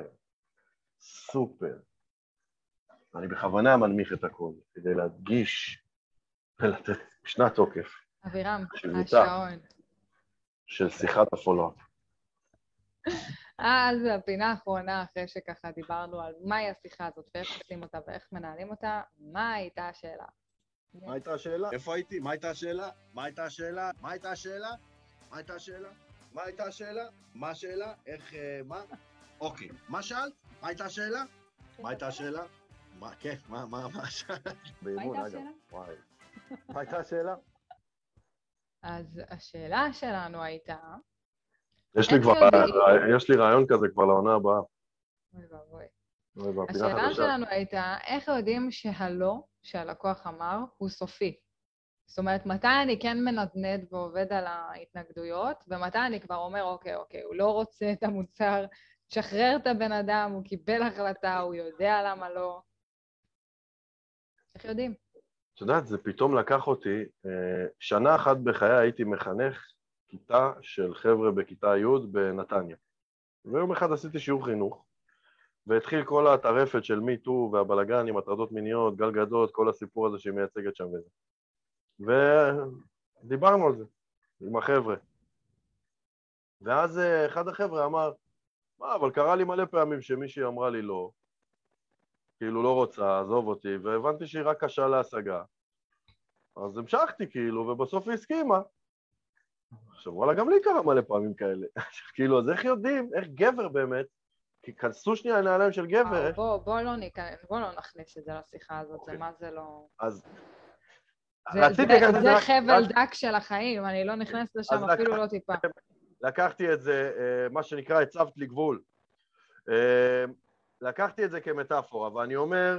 סופר. אני בכוונה מנמיך את הכל, כדי להדגיש ולתת משנת תוקף. אבירם, השעון. של שיחת הפולו-אפ. אז הפינה האחרונה, אחרי שככה דיברנו על מהי השיחה הזאת ואיך עושים אותה ואיך מנהלים אותה, מה הייתה השאלה? מה הייתה השאלה? איפה הייתי? מה הייתה השאלה? מה הייתה השאלה? מה הייתה השאלה? מה הייתה השאלה? מה הייתה השאלה? מה השאלה? איך, מה? אוקיי, מה שאלת? מה הייתה השאלה? מה הייתה השאלה? מה, כן, מה, מה, מה שאלת? מה הייתה השאלה? וואי. מה הייתה השאלה? אז השאלה שלנו הייתה... יש לי כבר, יש לי רעיון כזה כבר לעונה הבאה. אוי ואבוי. אוי ואבוי, השאלה שלנו הייתה, איך יודעים שהלא שהלקוח אמר הוא סופי? זאת אומרת, מתי אני כן מנדנד ועובד על ההתנגדויות, ומתי אני כבר אומר, אוקיי, אוקיי, הוא לא רוצה את המוצר, שחרר את הבן אדם, הוא קיבל החלטה, הוא יודע למה לא. איך יודעים? את יודעת, זה פתאום לקח אותי, שנה אחת בחיי הייתי מחנך כיתה של חבר'ה בכיתה י' בנתניה. ויום אחד עשיתי שיעור חינוך, והתחיל כל הטרפת של מי טו והבלגן עם הטרדות מיניות, גלגדות, כל הסיפור הזה שהיא מייצגת שם וזה. ודיברנו על זה עם החבר'ה. ואז אחד החבר'ה אמר, מה, אבל קרה לי מלא פעמים שמישהי אמרה לי לא, כאילו לא רוצה, עזוב אותי, והבנתי שהיא רק קשה להשגה. אז המשכתי כאילו, ובסוף היא הסכימה. עכשיו, וואלה, גם לי קרה מלא פעמים כאלה. כאילו, אז איך יודעים, איך גבר באמת, כי כנסו שנייה לנעליים של גבר. בוא, בוא לא ניכנס, בוא לא נכניס את זה לשיחה הזאת, זה מה זה לא... אז... זה חבל דק של החיים, אני לא נכנסת לשם אפילו לא טיפה. לקחתי את זה, מה שנקרא, הצבת לי גבול. לקחתי את זה כמטאפורה, ואני אומר,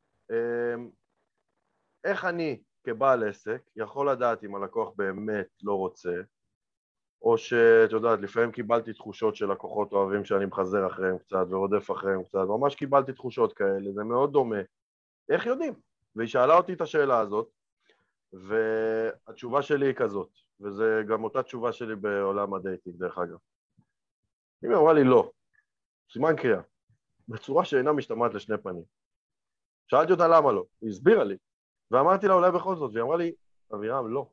איך אני כבעל עסק יכול לדעת אם הלקוח באמת לא רוצה, או שאת יודעת, לפעמים קיבלתי תחושות של לקוחות אוהבים שאני מחזר אחריהם קצת ורודף אחריהם קצת, ממש קיבלתי תחושות כאלה, זה מאוד דומה. איך יודעים? והיא שאלה אותי את השאלה הזאת, והתשובה שלי היא כזאת, וזה גם אותה תשובה שלי בעולם הדייטינג, דרך אגב. היא אמרה לי לא, סימן קריאה, בצורה שאינה משתמעת לשני פנים. שאלתי אותה למה לא, היא הסבירה לי, ואמרתי לה אולי בכל זאת, והיא אמרה לי, אבירם, לא.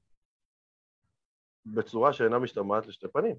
בצורה שאינה משתמעת לשתי פנים.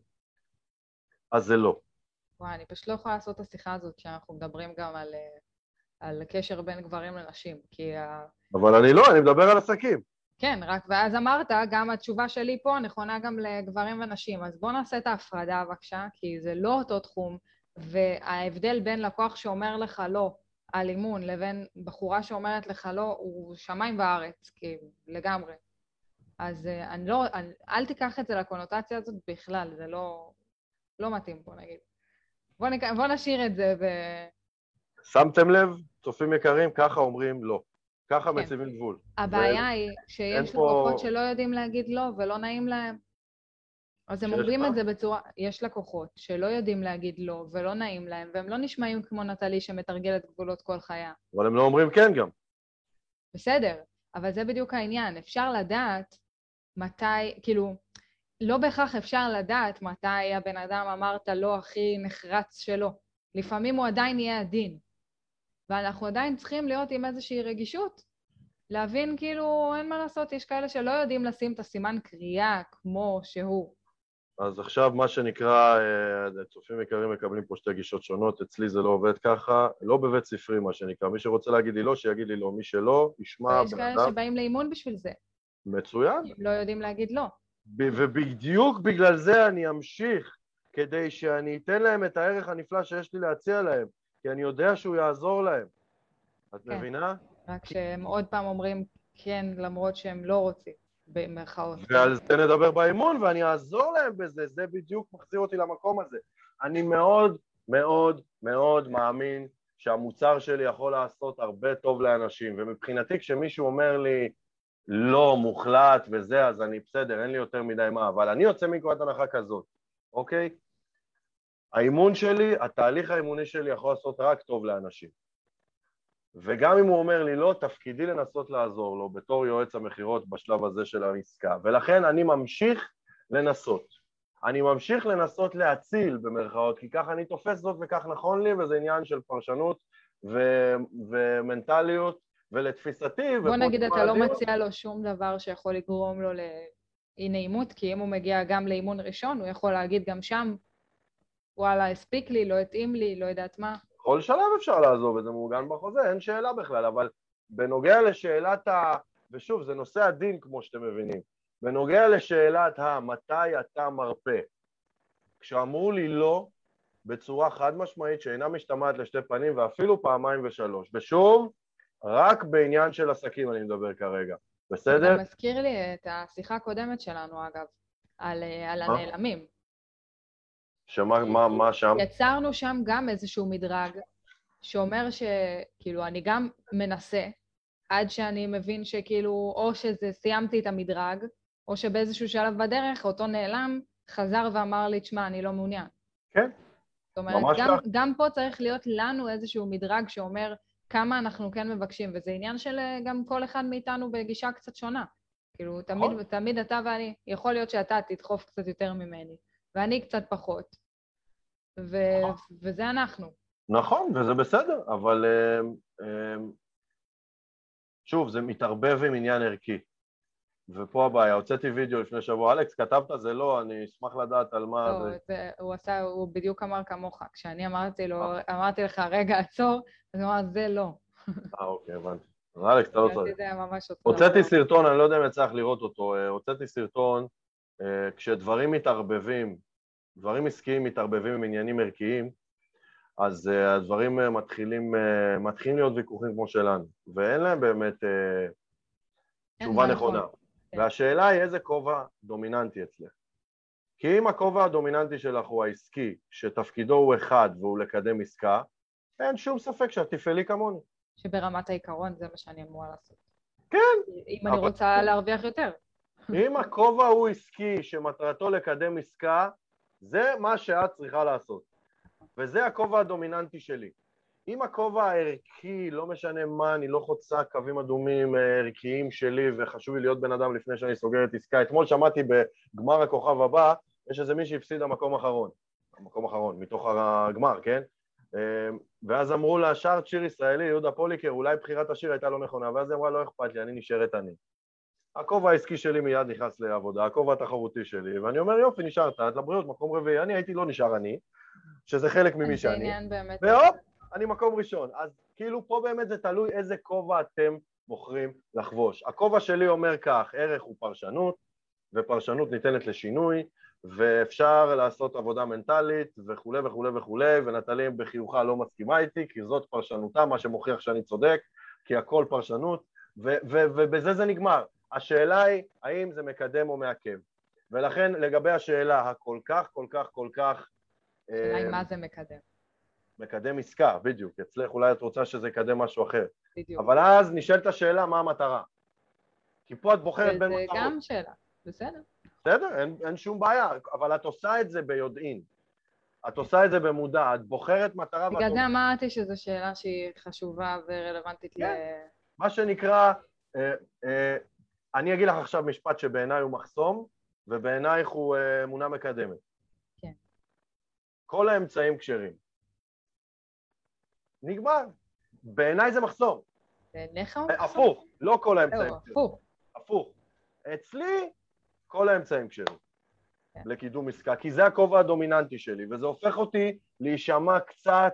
אז זה לא. וואי, אני פשוט לא יכולה לעשות את השיחה הזאת, שאנחנו מדברים גם על, על קשר בין גברים לנשים, כי... אבל אני לא, אני מדבר על עסקים. כן, רק ואז אמרת, גם התשובה שלי פה נכונה גם לגברים ונשים, אז בוא נעשה את ההפרדה בבקשה, כי זה לא אותו תחום, וההבדל בין לקוח שאומר לך לא על אימון, לבין בחורה שאומרת לך לא, הוא שמיים וארץ, כי לגמרי. אז אני לא, אני, אל תיקח את זה לקונוטציה הזאת בכלל, זה לא, לא מתאים פה, נגיד. בוא, נק... בוא נשאיר את זה ו... שמתם לב, צופים יקרים, ככה אומרים לא. ככה כן. מציבים גבול. הבעיה ו... היא שיש לקוחות פה... שלא יודעים להגיד לא ולא נעים להם. אז הם אומרים מה? את זה בצורה... יש לקוחות שלא יודעים להגיד לא ולא נעים להם, והם לא נשמעים כמו נטלי שמתרגלת גבולות כל חיה. אבל הם לא אומרים כן גם. בסדר, אבל זה בדיוק העניין. אפשר לדעת מתי, כאילו, לא בהכרח אפשר לדעת מתי הבן אדם אמרת לא הכי נחרץ שלו. לפעמים הוא עדיין יהיה עדין. ואנחנו עדיין צריכים להיות עם איזושהי רגישות. להבין כאילו, אין מה לעשות, יש כאלה שלא יודעים לשים את הסימן קריאה כמו שהוא. אז עכשיו מה שנקרא, צופים יקרים מקבלים פה שתי גישות שונות, אצלי זה לא עובד ככה, לא בבית ספרי מה שנקרא, מי שרוצה להגיד לי לא, שיגיד לי לא, מי שלא, ישמע... ויש כאלה שבאים לאימון בשביל זה. מצוין. הם לא יודעים להגיד לא. ובדיוק בגלל זה אני אמשיך, כדי שאני אתן להם את הערך הנפלא שיש לי להציע להם, כי אני יודע שהוא יעזור להם. את כן. מבינה? רק שהם עוד פעם אומרים כן, למרות שהם לא רוצים, במרכאות. ועל זה נדבר באימון, ואני אעזור להם בזה, זה בדיוק מחזיר אותי למקום הזה. אני מאוד מאוד מאוד מאמין שהמוצר שלי יכול לעשות הרבה טוב לאנשים, ומבחינתי כשמישהו אומר לי לא מוחלט וזה, אז אני בסדר, אין לי יותר מדי מה, אבל אני יוצא מנקודת הנחה כזאת, אוקיי? האימון שלי, התהליך האימוני שלי יכול לעשות רק טוב לאנשים. וגם אם הוא אומר לי לא, תפקידי לנסות לעזור לו בתור יועץ המחירות בשלב הזה של העסקה. ולכן אני ממשיך לנסות. אני ממשיך לנסות להציל במרכאות, כי כך אני תופס זאת וכך נכון לי, וזה עניין של פרשנות ו- ומנטליות ולתפיסתי. בוא נגיד, אתה לא מציע לו שום דבר שיכול לגרום לו לאי נעימות, כי אם הוא מגיע גם לאימון ראשון, הוא יכול להגיד גם שם, וואלה, הספיק לי, לא התאים לי, לא יודעת מה. בכל שלב אפשר לעזוב, וזה מעוגן בחוזה, אין שאלה בכלל, אבל בנוגע לשאלת ה... ושוב, זה נושא הדין, כמו שאתם מבינים. בנוגע לשאלת המתי אתה מרפא, כשאמרו לי לא, בצורה חד משמעית שאינה משתמעת לשתי פנים, ואפילו פעמיים ושלוש. ושוב, רק בעניין של עסקים אני מדבר כרגע. בסדר? זה גם מזכיר לי את השיחה הקודמת שלנו, אגב, על, על הנעלמים. שמה, מה, מה שם? יצרנו שם גם איזשהו מדרג, שאומר שכאילו אני גם מנסה, עד שאני מבין שכאילו, או שזה סיימתי את המדרג, או שבאיזשהו שלב בדרך, אותו נעלם, חזר ואמר לי, תשמע, אני לא מעוניין. כן, זאת אומרת, ממש גם, כך. גם פה צריך להיות לנו איזשהו מדרג שאומר כמה אנחנו כן מבקשים, וזה עניין של גם כל אחד מאיתנו בגישה קצת שונה. כאילו, תמיד, נכון. תמיד אתה ואני, יכול להיות שאתה תדחוף קצת יותר ממני, ואני קצת פחות, ו, וזה אנחנו. נכון, וזה בסדר, אבל שוב, זה מתערבב עם עניין ערכי. ופה הבעיה, הוצאתי וידאו לפני שבוע, אלכס, כתבת? זה לא, אני אשמח לדעת על מה לא, זה. זה, הוא עשה, הוא בדיוק אמר כמוך. כשאני אמרתי לו, אמרתי לך, רגע, עצור, אז הוא אמר, זה לא. אה, אוקיי, הבנתי. אז אלכס, אתה לא צריך. זה היה ממש אותו. הוצאתי סרטון, אני לא יודע אם יצא לך לראות אותו, הוצאתי סרטון, כשדברים מתערבבים, דברים עסקיים מתערבבים עם עניינים ערכיים, אז הדברים מתחילים, מתחילים להיות ויכוחים כמו שלנו, ואין להם באמת תשובה נכונה. והשאלה היא איזה כובע דומיננטי אצלך. כי אם הכובע הדומיננטי שלך הוא העסקי, שתפקידו הוא אחד והוא לקדם עסקה, אין שום ספק שאת תפעלי כמוני. שברמת העיקרון זה מה שאני אמורה לעשות. כן. אם אני רוצה להרוויח יותר. אם הכובע הוא עסקי שמטרתו לקדם עסקה, זה מה שאת צריכה לעשות. וזה הכובע הדומיננטי שלי. אם הכובע הערכי, לא משנה מה, אני לא חוצה קווים אדומים ערכיים שלי, וחשוב לי להיות בן אדם לפני שאני סוגר את עסקה. אתמול שמעתי בגמר הכוכב הבא, יש איזה מי שהפסיד המקום האחרון. המקום האחרון, מתוך הגמר, כן? ואז אמרו לה, שר שיר ישראלי, יהודה פוליקר, אולי בחירת השיר הייתה לא נכונה, ואז היא אמרה, לא אכפת לי, אני נשארת אני. הכובע העסקי שלי מיד נכנס לעבודה, הכובע התחרותי שלי, ואני אומר, יופי, נשארת, את לבריאות, מקום רביעי, אני הייתי לא נשאר אני, שזה חלק ממי שאני, והופ, אני מקום ראשון. אז כאילו פה באמת זה תלוי איזה כובע אתם בוחרים לחבוש. הכובע שלי אומר כך, ערך הוא פרשנות, ופרשנות ניתנת לשינוי, ואפשר לעשות עבודה מנטלית וכו' וכו' וכו', ונטלי בחיוכה לא מסכימה איתי, כי זאת פרשנותה, מה שמוכיח שאני צודק, כי הכל פרשנות, ו- ו- ובזה זה נגמר. השאלה היא, האם זה מקדם או מעכב. ולכן לגבי השאלה הכל כך, כל כך, כל כך... השאלה היא מה זה מקדם. מקדם עסקה, בדיוק. אצלך אולי את רוצה שזה יקדם משהו אחר. בדיוק. אבל אז נשאלת השאלה מה המטרה. כי פה את בוחרת בין מטרות. זה גם שאלה, בסדר. בסדר, אין, אין שום בעיה, אבל את עושה את זה ביודעין. את עושה את זה במודע, את בוחרת מטרה... בגלל זה אמרתי שזו שאלה שהיא חשובה ורלוונטית ל... מה שנקרא, אה, אה, אני אגיד לך עכשיו משפט שבעיניי הוא מחסום, ובעינייך הוא אה, אמונה מקדמת. כן. כל האמצעים כשרים. נגמר. בעיניי זה מחסום. בעיניך הוא מחסום? הפוך, לא כל האמצעים כשרים. הפוך. הפוך. אצלי, כל האמצעים כשרים. לקידום עסקה, כי זה הכובע הדומיננטי שלי, וזה הופך אותי להישמע קצת,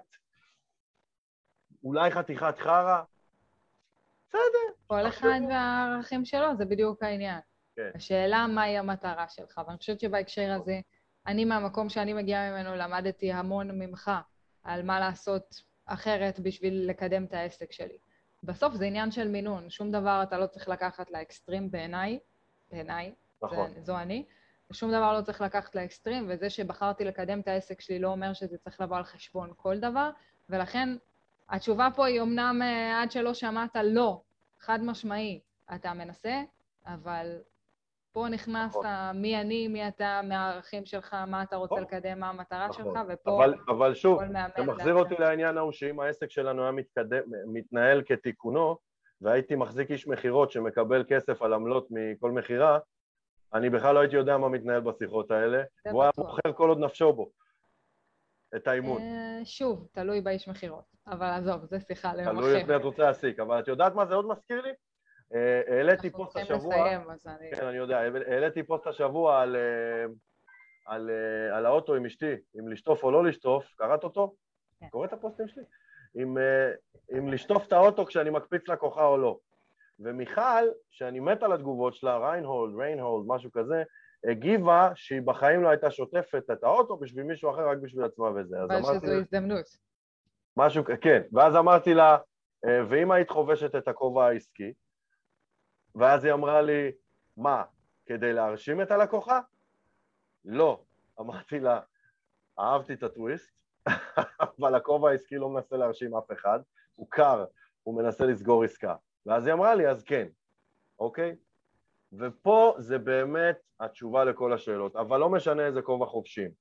אולי חתיכת חרה. בסדר. כל אחד והערכים שלו, זה בדיוק העניין. כן. השאלה מהי המטרה שלך, ואני חושבת שבהקשר הזה, אני מהמקום שאני מגיעה ממנו למדתי המון ממך על מה לעשות אחרת בשביל לקדם את העסק שלי. בסוף זה עניין של מינון, שום דבר אתה לא צריך לקחת לאקסטרים בעיניי, בעיניי, נכון. זו אני, ושום דבר לא צריך לקחת לאקסטרים, וזה שבחרתי לקדם את העסק שלי לא אומר שזה צריך לבוא על חשבון כל דבר, ולכן התשובה פה היא אמנם עד שלא שמעת לא, חד משמעי, אתה מנסה, אבל פה נכנס נכון. מי אני, מי אתה, מהערכים שלך, מה אתה רוצה נכון. לקדם, מה המטרה נכון. שלך, ופה... אבל, אבל שוב, זה מחזיר אותי לעניין ההוא שאם העסק שלנו היה מתקדם, מתנהל כתיקונו, והייתי מחזיק איש מחירות שמקבל כסף על עמלות מכל מחירה, אני בכלל לא הייתי יודע מה מתנהל בשיחות האלה, והוא היה מוכר כל עוד נפשו בו, את האימון. שוב, תלוי באיש מחירות, אבל עזוב, זה שיחה ליום אחר. תלוי את מי את רוצה להסיק, אבל את יודעת מה זה עוד מזכיר לי? העליתי פוסט השבוע, לסיים, אז אני... כן, אני יודע, העליתי פוסט השבוע על, על, על האוטו עם אשתי, אם לשטוף או לא לשטוף, קראת אותו? כן. קורא את הפוסטים שלי? אם, אם לשטוף את האוטו כשאני מקפיץ לקוחה או לא. ומיכל, שאני מת על התגובות שלה, ריינהולד, ריינהולד, משהו כזה, הגיבה שהיא בחיים לא הייתה שוטפת את האוטו בשביל מישהו אחר, רק בשביל עצמה וזה. אבל שזו הזדמנות. משהו, כן, ואז אמרתי לה, ואם היית חובשת את הכובע העסקי, ואז היא אמרה לי, מה, כדי להרשים את הלקוחה? לא. אמרתי לה, אהבתי את הטוויסט, אבל הכובע העסקי לא מנסה להרשים אף אחד, הוא קר, הוא מנסה לסגור עסקה. ואז היא אמרה לי, אז כן, אוקיי? ופה זה באמת התשובה לכל השאלות, אבל לא משנה איזה כובע חובשים.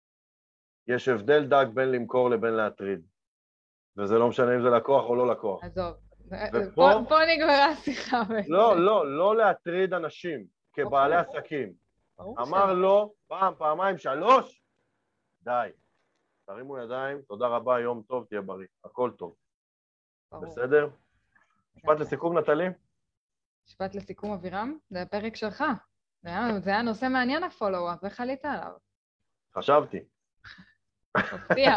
יש הבדל דק בין למכור לבין להטריד, וזה לא משנה אם זה לקוח או לא לקוח. עזוב, ופה... פה, פה נגמרה השיחה. לא, לא, לא להטריד אנשים כבעלי ברור. עסקים. ברור אמר שלא. לו, פעם, פעמיים, שלוש, די. תרימו ידיים, תודה רבה, יום טוב, תהיה בריא, הכל טוב. ברור. בסדר? משפט לסיכום, נטלי? משפט לסיכום, אבירם? זה הפרק שלך. זה היה, זה היה נושא מעניין הפולו-אפ, איך עלית עליו? חשבתי. מפתיע.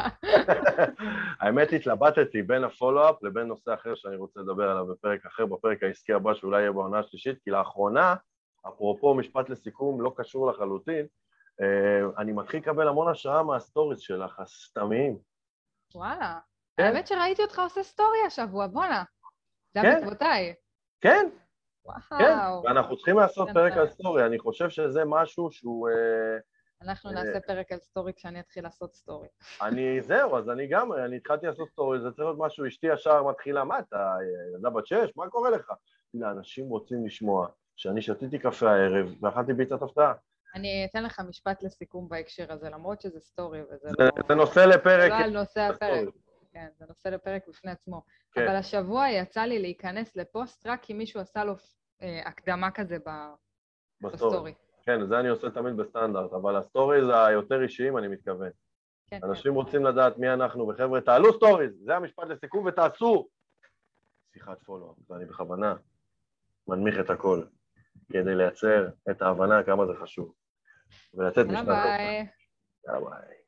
האמת התלבטתי בין הפולו-אפ לבין נושא אחר שאני רוצה לדבר עליו בפרק אחר, בפרק העסקי הבא שאולי יהיה בעונה השלישית, כי לאחרונה, אפרופו משפט לסיכום, לא קשור לחלוטין, אני מתחיל לקבל המון השראה מהסטוריז שלך, הסתמיים. וואלה. כן? האמת שראיתי אותך עושה סטורי השבוע, בואנה. זה כן? בעקבותיי. כן, וואו. כן, ואנחנו צריכים לעשות כן, פרק כן. על סטורי, אני חושב שזה משהו שהוא... אנחנו נעשה פרק על סטורי כשאני אתחיל לעשות סטורי. אני, זהו, אז אני גם, אני התחלתי לעשות סטורי, זה צריך להיות משהו, אשתי ישר מתחילה, מה, אתה ילדה בת שש? מה קורה לך? אנשים רוצים לשמוע שאני שתיתי קפה הערב ואכלתי ביצת הפתעה. אני אתן לך משפט לסיכום בהקשר הזה, למרות שזה סטורי וזה זה, לא... זה נושא לפרק... לא על נושא הפרק. סטורי. כן, זה נושא לפרק בפני עצמו. כן. אבל השבוע יצא לי להיכנס לפוסט רק כי מישהו עשה לו אה, הקדמה כזה ב... בסטורי. בסטורי. כן, זה אני עושה תמיד בסטנדרט, אבל הסטורי זה היותר אישיים, אני מתכוון. כן, אנשים כן. רוצים לדעת מי אנחנו, וחבר'ה, תעלו סטוריז, זה המשפט לסיכום, ותעשו שיחת פולו, ואני בכוונה מנמיך את הכל, כדי לייצר את ההבנה כמה זה חשוב, ולתת משפט. ביי. ביי. ביי.